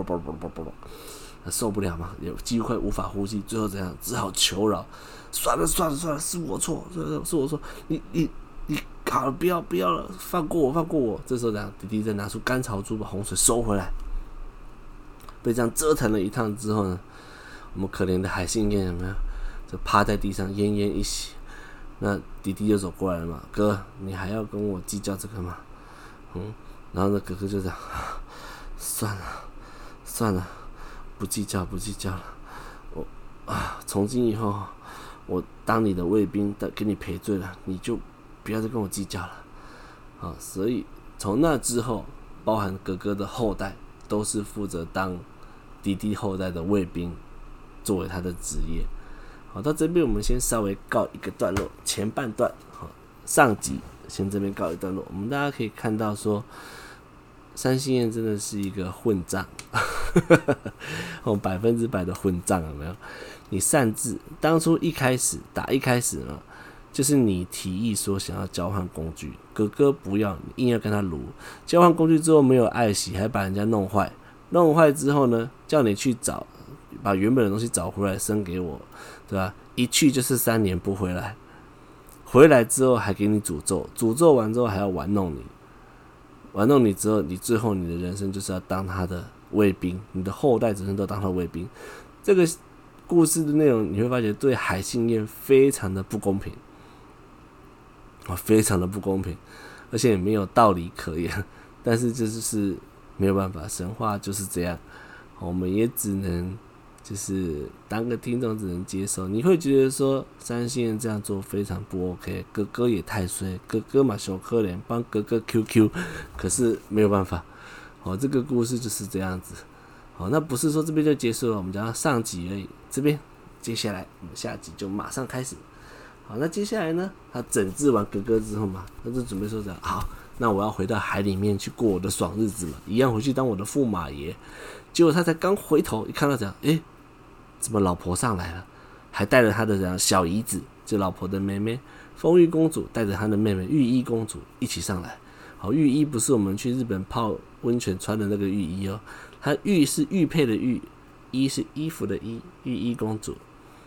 受不了嘛，也几乎快无法呼吸。最后怎样，只好求饶，算了，是我错，是我错，你好了，不要了，放过我。这时候怎样，弟弟再拿出甘草珠把洪水收回来。被这样折腾了一趟之后呢，我们可怜的海信燕有没有就趴在地上奄奄一息？那弟弟就走过来了嘛，哥，你还要跟我计较这个吗？然后呢，哥哥就这样，算了，不计较了。我从今以后，我当你的卫兵，给你赔罪了，你就不要再跟我计较了。所以从那之后，包含哥哥的后代，都是负责当弟弟后代的卫兵，作为他的职业。好，到这边我们先稍微告一个段落，前半段上集先这边告一段落。我们大家可以看到说，三星燕真的是一个混账，100%的混账，有没有？你擅自当初一开始呢，就是你提议说想要交换工具，哥哥不要，你硬要跟他撸。交换工具之后没有爱惜，还把人家弄坏之后呢，叫你去找，把原本的东西找回来生给我，对吧？一去就是3年不回来，回来之后还给你诅咒完之后还要玩弄你之后，你最后你的人生就是要当他的卫兵，你的后代子孙都当他的卫兵。这个故事的内容你会发觉对海信燕非常的不公平。非常的不公平，而且也没有道理可言。但是这就是没有办法，神话就是这样，我们也只能就是当个听众，只能接受。你会觉得说三星人这样做非常不 OK， 哥哥也太衰，哥哥嘛小可怜，帮哥哥 QQ， 可是没有办法。这个故事就是这样子。那不是说这边就结束了，我们讲到上集而已。这边接下来我们下集就马上开始。好，那接下来呢？他整治完哥哥之后嘛，他就准备说这样，好， 那我要回到海里面去过我的爽日子嘛，一样回去当我的驸马爷。结果他才刚回头，一看到这样，怎么老婆上来了，还带着他的这样小姨子，就老婆的妹妹丰玉公主，带着她的妹妹玉衣公主一起上来。好，玉衣不是我们去日本泡温泉穿的那个浴衣哦，它玉是玉佩的玉，衣是衣服的衣，玉衣公主。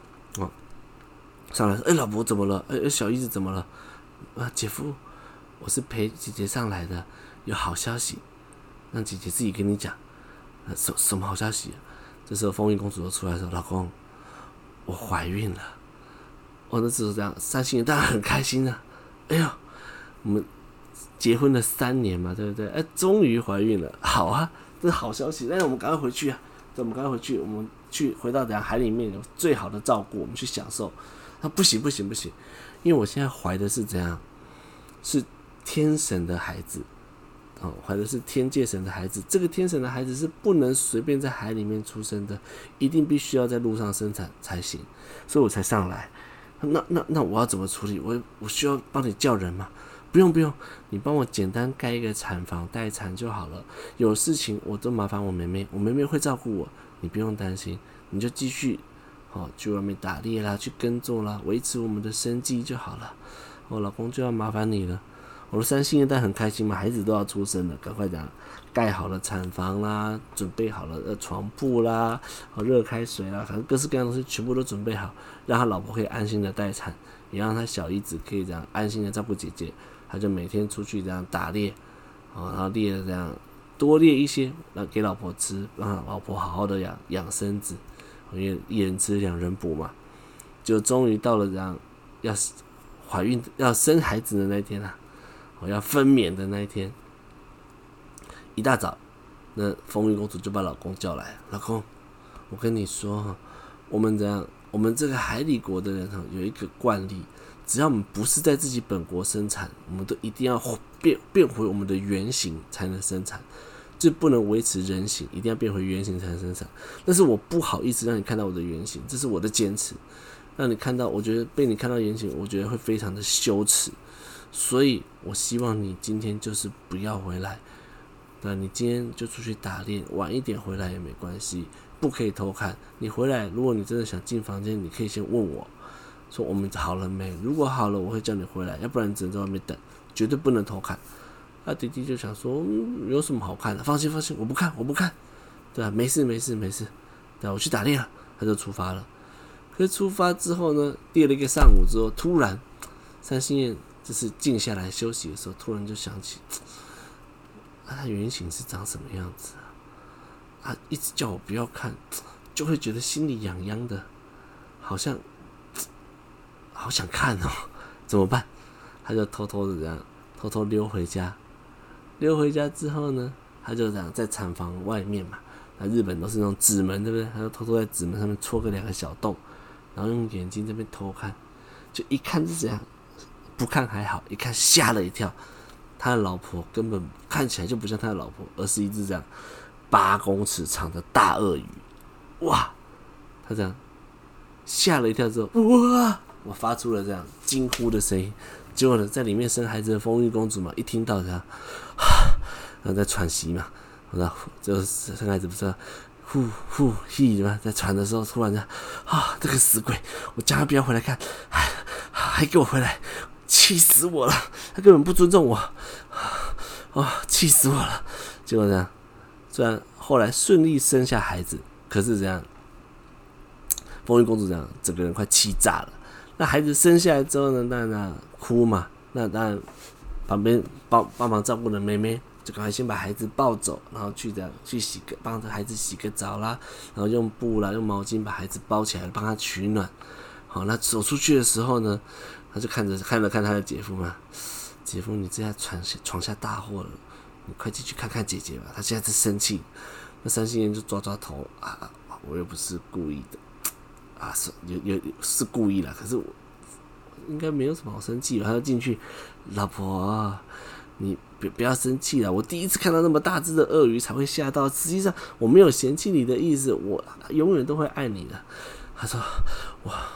上来说，老婆怎么了？小姨子怎么了？姐夫，我是陪姐姐上来的，有好消息，让姐姐自己跟你讲。什么好消息？这时候丰玉公主就出来说：“老公，我怀孕了。”那时候这样，三星人当然很开心啊。我们结婚了3年嘛，对不对？终于怀孕了，好啊，这是好消息。那我们赶快回去啊！我们回到海里面有最好的照顾，我们去享受。不行，因为我现在怀的是怎样？是天神的孩子，怀的是天界神的孩子。这个天神的孩子是不能随便在海里面出生的，一定必须要在路上生产才行，所以我才上来。那我要怎么处理？我需要帮你叫人吗？不用，你帮我简单盖一个产房待产就好了。有事情我都麻烦我妹妹会照顾我，你不用担心，你就继续去外面打猎啦，去耕作啦，维持我们的生计就好了。我老公就要麻烦你了。我的三星人但很开心嘛，孩子都要出生了，赶快讲盖好了产房啦，准备好了床铺啦，热开水啦，反正各式各样的东西全部都准备好，让他老婆可以安心的待产，也让他小姨子可以这样安心的照顾姐姐。他就每天出去这样打猎，然后猎这样多猎一些，给老婆吃，让老婆好好的养身子。因为一人吃2人补嘛，就终于到了这样要怀孕要生孩子的那一天啊，要分娩的那一天。一大早，那丰玉公主就把老公叫来，老公，我跟你说，我们这个海里国的人有一个惯例，只要我们不是在自己本国生产，我们都一定要变回我们的原型才能生产。就不能维持人形，一定要变回原形才能生产。但是我不好意思让你看到我的原形，这是我的坚持。让你看到，我觉得被你看到原形，我觉得会非常的羞耻。所以我希望你今天就是不要回来。你今天就出去打猎，晚一点回来也没关系，不可以偷看。你回来，如果你真的想进房间，你可以先问我，说我们好了没？如果好了，我会叫你回来，要不然你只能在外面等，绝对不能偷看。弟弟就想说，有什么好看的？放心，我不看，对啊，没事，对啊，我去打猎了，他就出发了。可是出发之后呢，猎了一个上午之后，突然三星燕就是静下来休息的时候，突然就想起，他原型是长什么样子啊？一直叫我不要看，就会觉得心里痒痒的，好像好想看哦，怎么办？他就偷偷的这样，偷偷溜回家。溜回家之后呢，他就这样在产房外面嘛，日本都是那种纸门，对不对？他就偷偷在纸门上面戳个2个小洞，然后用眼睛这边偷看，就一看是这样，不看还好，一看吓了一跳。他的老婆根本看起来就不像他的老婆，而是一只这样8公尺长的大鳄鱼。哇！他这样吓了一跳之后，哇！我发出了这样惊呼的声音。结果呢，在里面生孩子的丰玉公主嘛，一听到这样，然后在喘息嘛，然后就是生孩子不是呼气嘛，在喘的时候，突然这样，这个死鬼，我叫他不要回来看，还给我回来，气死我了！他根本不尊重我，气死我了！结果这样，虽然后来顺利生下孩子，可是这样，丰玉公主这样，整个人快气炸了。那孩子生下来之后呢，当然哭嘛，那当然旁边帮忙照顾的妹妹就赶快先把孩子抱走，然后去帮着孩子洗个澡啦，然后用布啦、用毛巾把孩子包起来，帮他取暖。好，那走出去的时候呢，他就看了看他的姐夫嘛，姐夫你这下闯下大祸了，你快进去看看姐姐吧，她现在在生气。那三星人就抓头我又不是故意的。是故意啦，可是我应该没有什么好生气的。他就进去，老婆，你不要生气啦，我第一次看到那么大只的鳄鱼才会吓到，实际上我没有嫌弃你的意思，我永远都会爱你的。他说，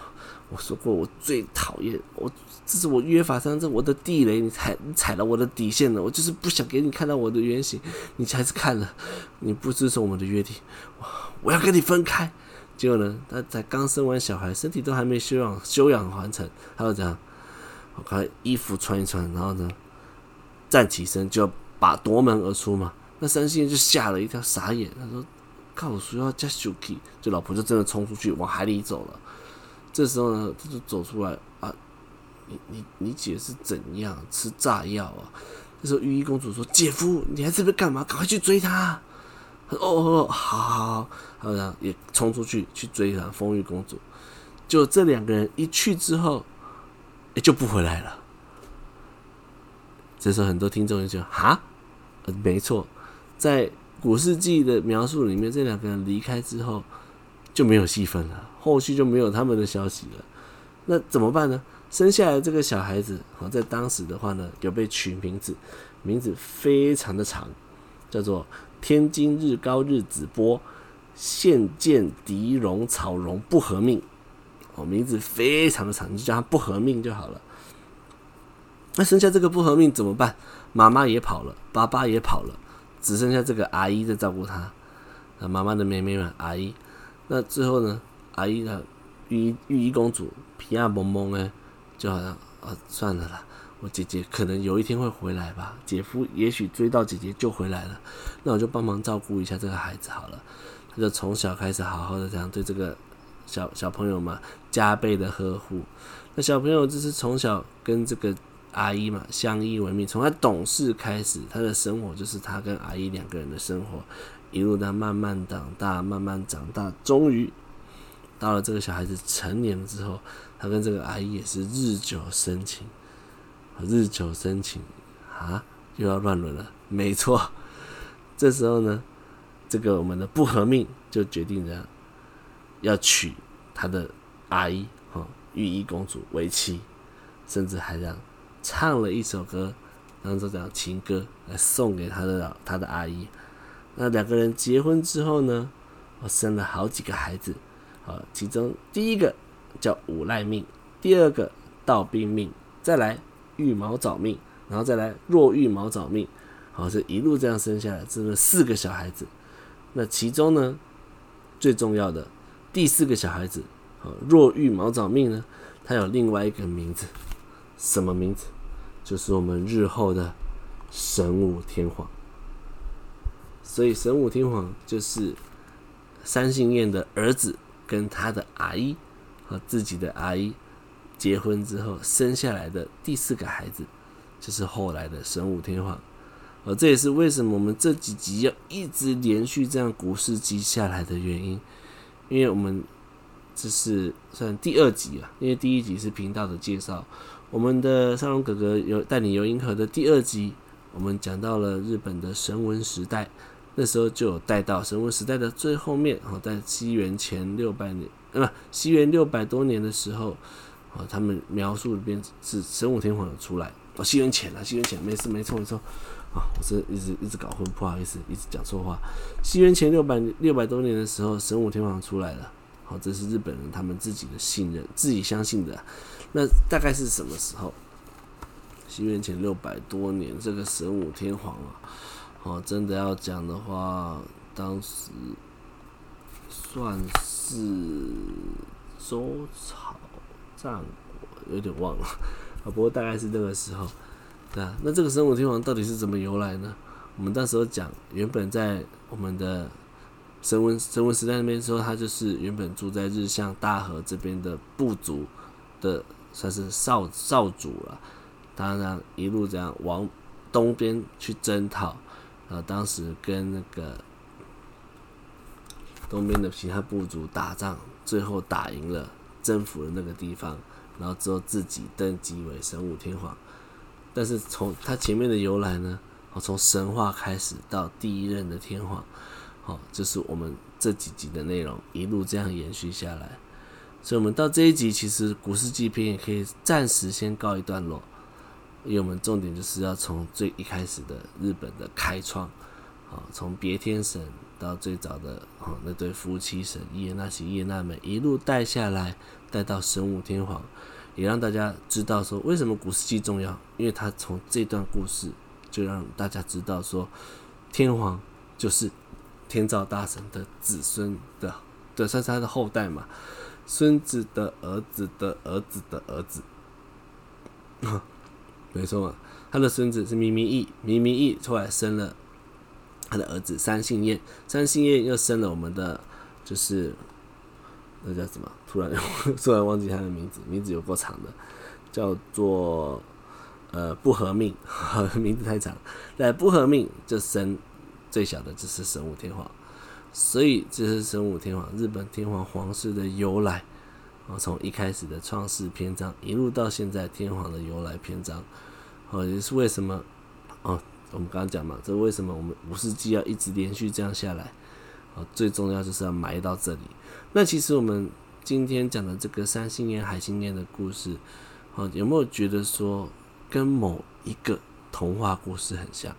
我说过，我最讨厌这是我约法上，这我的地雷，你踩了我的底线了。我就是不想给你看到我的原型，你还是看了，你不遵守我们的约定，我要跟你分开。结果呢，他才刚生完小孩，身体都还没休养完成，他就这样，我把衣服穿一穿，然后呢，站起身就要把夺门而出嘛。那三星就吓了一跳，傻眼，他说：“靠，我说要加手气。”就老婆就真的冲出去往海里走了。这时候呢，他就走出来啊，你姐是怎样吃炸药啊？这时候御医公主说：“姐夫，你还这边干嘛？赶快去追她！”他说：“哦，好。”然后也冲出去追她丰玉公主。就这两个人一去之后，就不回来了。这时候很多听众就说：“哈，没错，在古世纪的描述里面，这两个人离开之后就没有戏份了，后续就没有他们的消息了。那怎么办呢？生下来这个小孩子，在当时的话呢，有被取名字，名字非常的长，叫做天津日高日子波现见狄戎草戎不合命。名字非常的长，你就叫他不合命就好了。那生下这个不合命怎么办？妈妈也跑了，爸爸也跑了，只剩下这个阿姨在照顾他。妈妈的妹妹嘛，阿姨。那最后呢，阿姨呢，御医公主皮亚蒙蒙呢，就好像算了啦，我姐姐可能有一天会回来吧，姐夫也许追到姐姐就回来了，那我就帮忙照顾一下这个孩子好了。他就从小开始好好的这样对这个小朋友嘛加倍的呵护。那小朋友就是从小跟这个阿姨嘛相依为命，从他懂事开始，他的生活就是他跟阿姨两个人的生活，一路的慢慢长大，终于到了这个小孩子成年了之后，他跟这个阿姨也是日久生情啊，又要乱伦了，没错。这时候呢，这个我们的不合命就决定着要娶他的阿姨御医公主为妻，甚至还这样唱了一首歌，当做这样情歌来送给他的阿姨。那两个人结婚之后呢，生了好几个孩子，其中第一个叫五赖命，第二个道兵命，再来玉毛藻命，然后再来若玉毛藻命，这一路这样生下来，生了4个小孩子。那其中呢，最重要的第4个小孩子若玉毛藻命呢，他有另外一个名字，什么名字？就是我们日后的神武天皇。所以神武天皇就是三姓燕的儿子跟他的阿姨和自己的阿姨结婚之后生下来的第4个孩子，就是后来的神武天皇。这也是为什么我们这几集要一直连续这样古事记下来的原因，因为我们这是算第2集啊，因为第1集是频道的介绍。我们的少龙哥哥带你游银河的第2集，我们讲到了日本的绳文时代，那时候就有带到绳文时代的最后面，在西元前600年，西元600多年的时候，他们描述里边是神武天皇有出来，西元前，没错。我是一直搞混，不好意思，一直讲错话。西元前600多年的时候，神武天皇出来了。这是日本人他们自己的信任，自己相信的。那大概是什么时候？西元前600多年，这个神武天皇真的要讲的话，当时算是周朝、战国，有点忘了不过大概是那个时候。对啊，那这个神武天皇到底是怎么由来呢？我们那时候讲，原本在我们的神文时代那边说，他就是原本住在日向大河这边的部族的，算是少主了。当然一路这样往东边去征讨，当时跟那个东边的其他部族打仗，最后打赢了，征服了那个地方，然后之后自己登基为神武天皇。但是从他前面的由来呢，从神话开始到第1任的天皇，就是我们这几集的内容一路这样延续下来。所以我们到这一集，其实古事记篇也可以暂时先告一段落，因为我们重点就是要从最一开始的日本的开创， 从别天神到最早的那对夫妻神伊耶纳喜、伊耶纳美，一路带下来，带到神武天皇，也让大家知道说为什么古事记重要，因为他从这段故事就让大家知道说，天皇就是天照大神的子孙的，对，算是他的后代嘛，孙子的儿子的儿子的儿子，没错嘛，他的孙子是弥弥义，弥弥义后来生了他的儿子三姓彦，三姓彦又生了我们的就是那叫什么？突然忘记他的名字有够长的，叫做不合命，名字太长。来不合命就生最小的就是神武天皇，所以这是神武天皇日本天皇皇室的由来。从一开始的创世篇章一路到现在天皇的由来篇章，也是为什么我们刚刚讲嘛，这为什么我们五世纪要一直连续这样下来？最重要就是要埋到这里。那其实我们今天讲的这个三姓彦、海姓彦的故事，有没有觉得说跟某一个童话故事很像？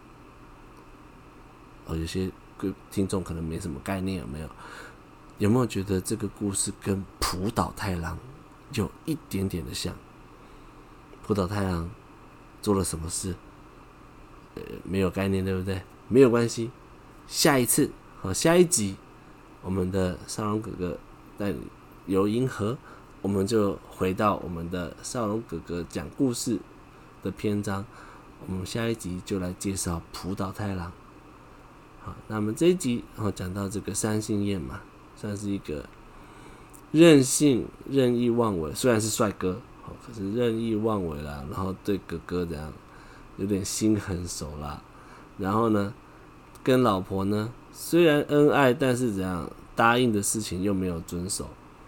有些听众可能没什么概念，有没有？有没有觉得这个故事跟浦岛太郎有一点点的像？浦岛太郎做了什么事？没有概念，对不对？没有关系，下一集，我们的少龙哥哥带你游银河，我们就回到我们的少龙哥哥讲故事的篇章，我们下一集就来介绍浦岛太郎。好，那么这一集讲到这个三姓彦嘛，算是一个任性、任意妄为，虽然是帅哥，可是任意妄为啦，然后对哥哥这样有点心狠手辣，然后呢，跟老婆呢虽然恩爱，但是怎样答应的事情又没有遵守，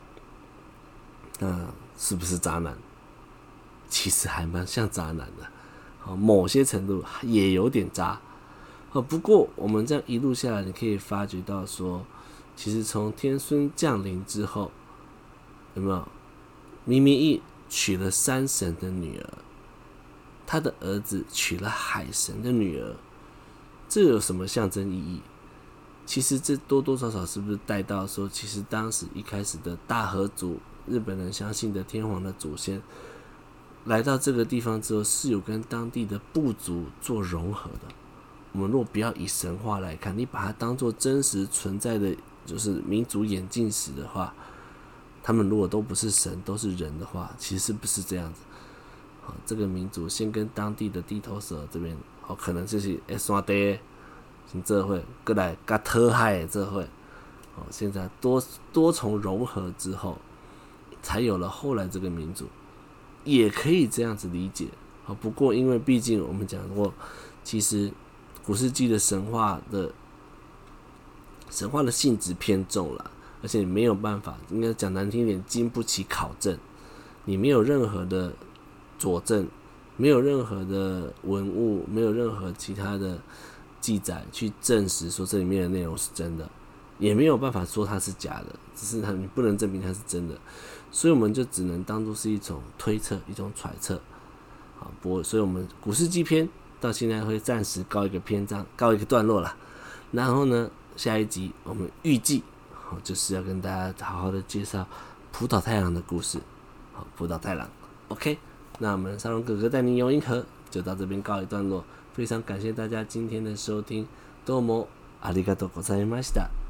那是不是渣男？其实还蛮像渣男的，某些程度也有点渣。不过我们这样一路下来，你可以发觉到说，其实从天孙降临之后，有没有弥弥义娶了山神的女儿，他的儿子娶了海神的女儿，这有什么象征意义？其实这多多少少是不是带到说，其实当时一开始的大和族日本人相信的天皇的祖先，来到这个地方之后，是有跟当地的部族做融合的。我们如果不要以神话来看，你把它当作真实存在的就是民族演进史的话，他们如果都不是神，都是人的话，其实不是这样子。这个民族先跟当地的地头蛇这边，可能就是山地像这会，过来跟讨海的这会，现在多重融合之后，才有了后来这个民族，也可以这样子理解。不过因为毕竟我们讲过，其实古世纪的神话的性质偏重啦，而且你没有办法，应该讲难听一点，经不起考证，你没有任何的佐证，没有任何的文物，没有任何其他的记载去证实说这里面的内容是真的，也没有办法说它是假的，只是你不能证明它是真的，所以我们就只能当作是一种推测，一种揣测。所以我们古世纪篇到现在会暂时告一个篇章，告一个段落啦。然后呢，下一集我们预计就是要跟大家好好的介绍浦岛太郎的故事。浦岛太郎 ，OK， 那我们少龙哥哥带你游银河就到这边告一段落。非常感谢大家今天的收听，どうもありがとうございました。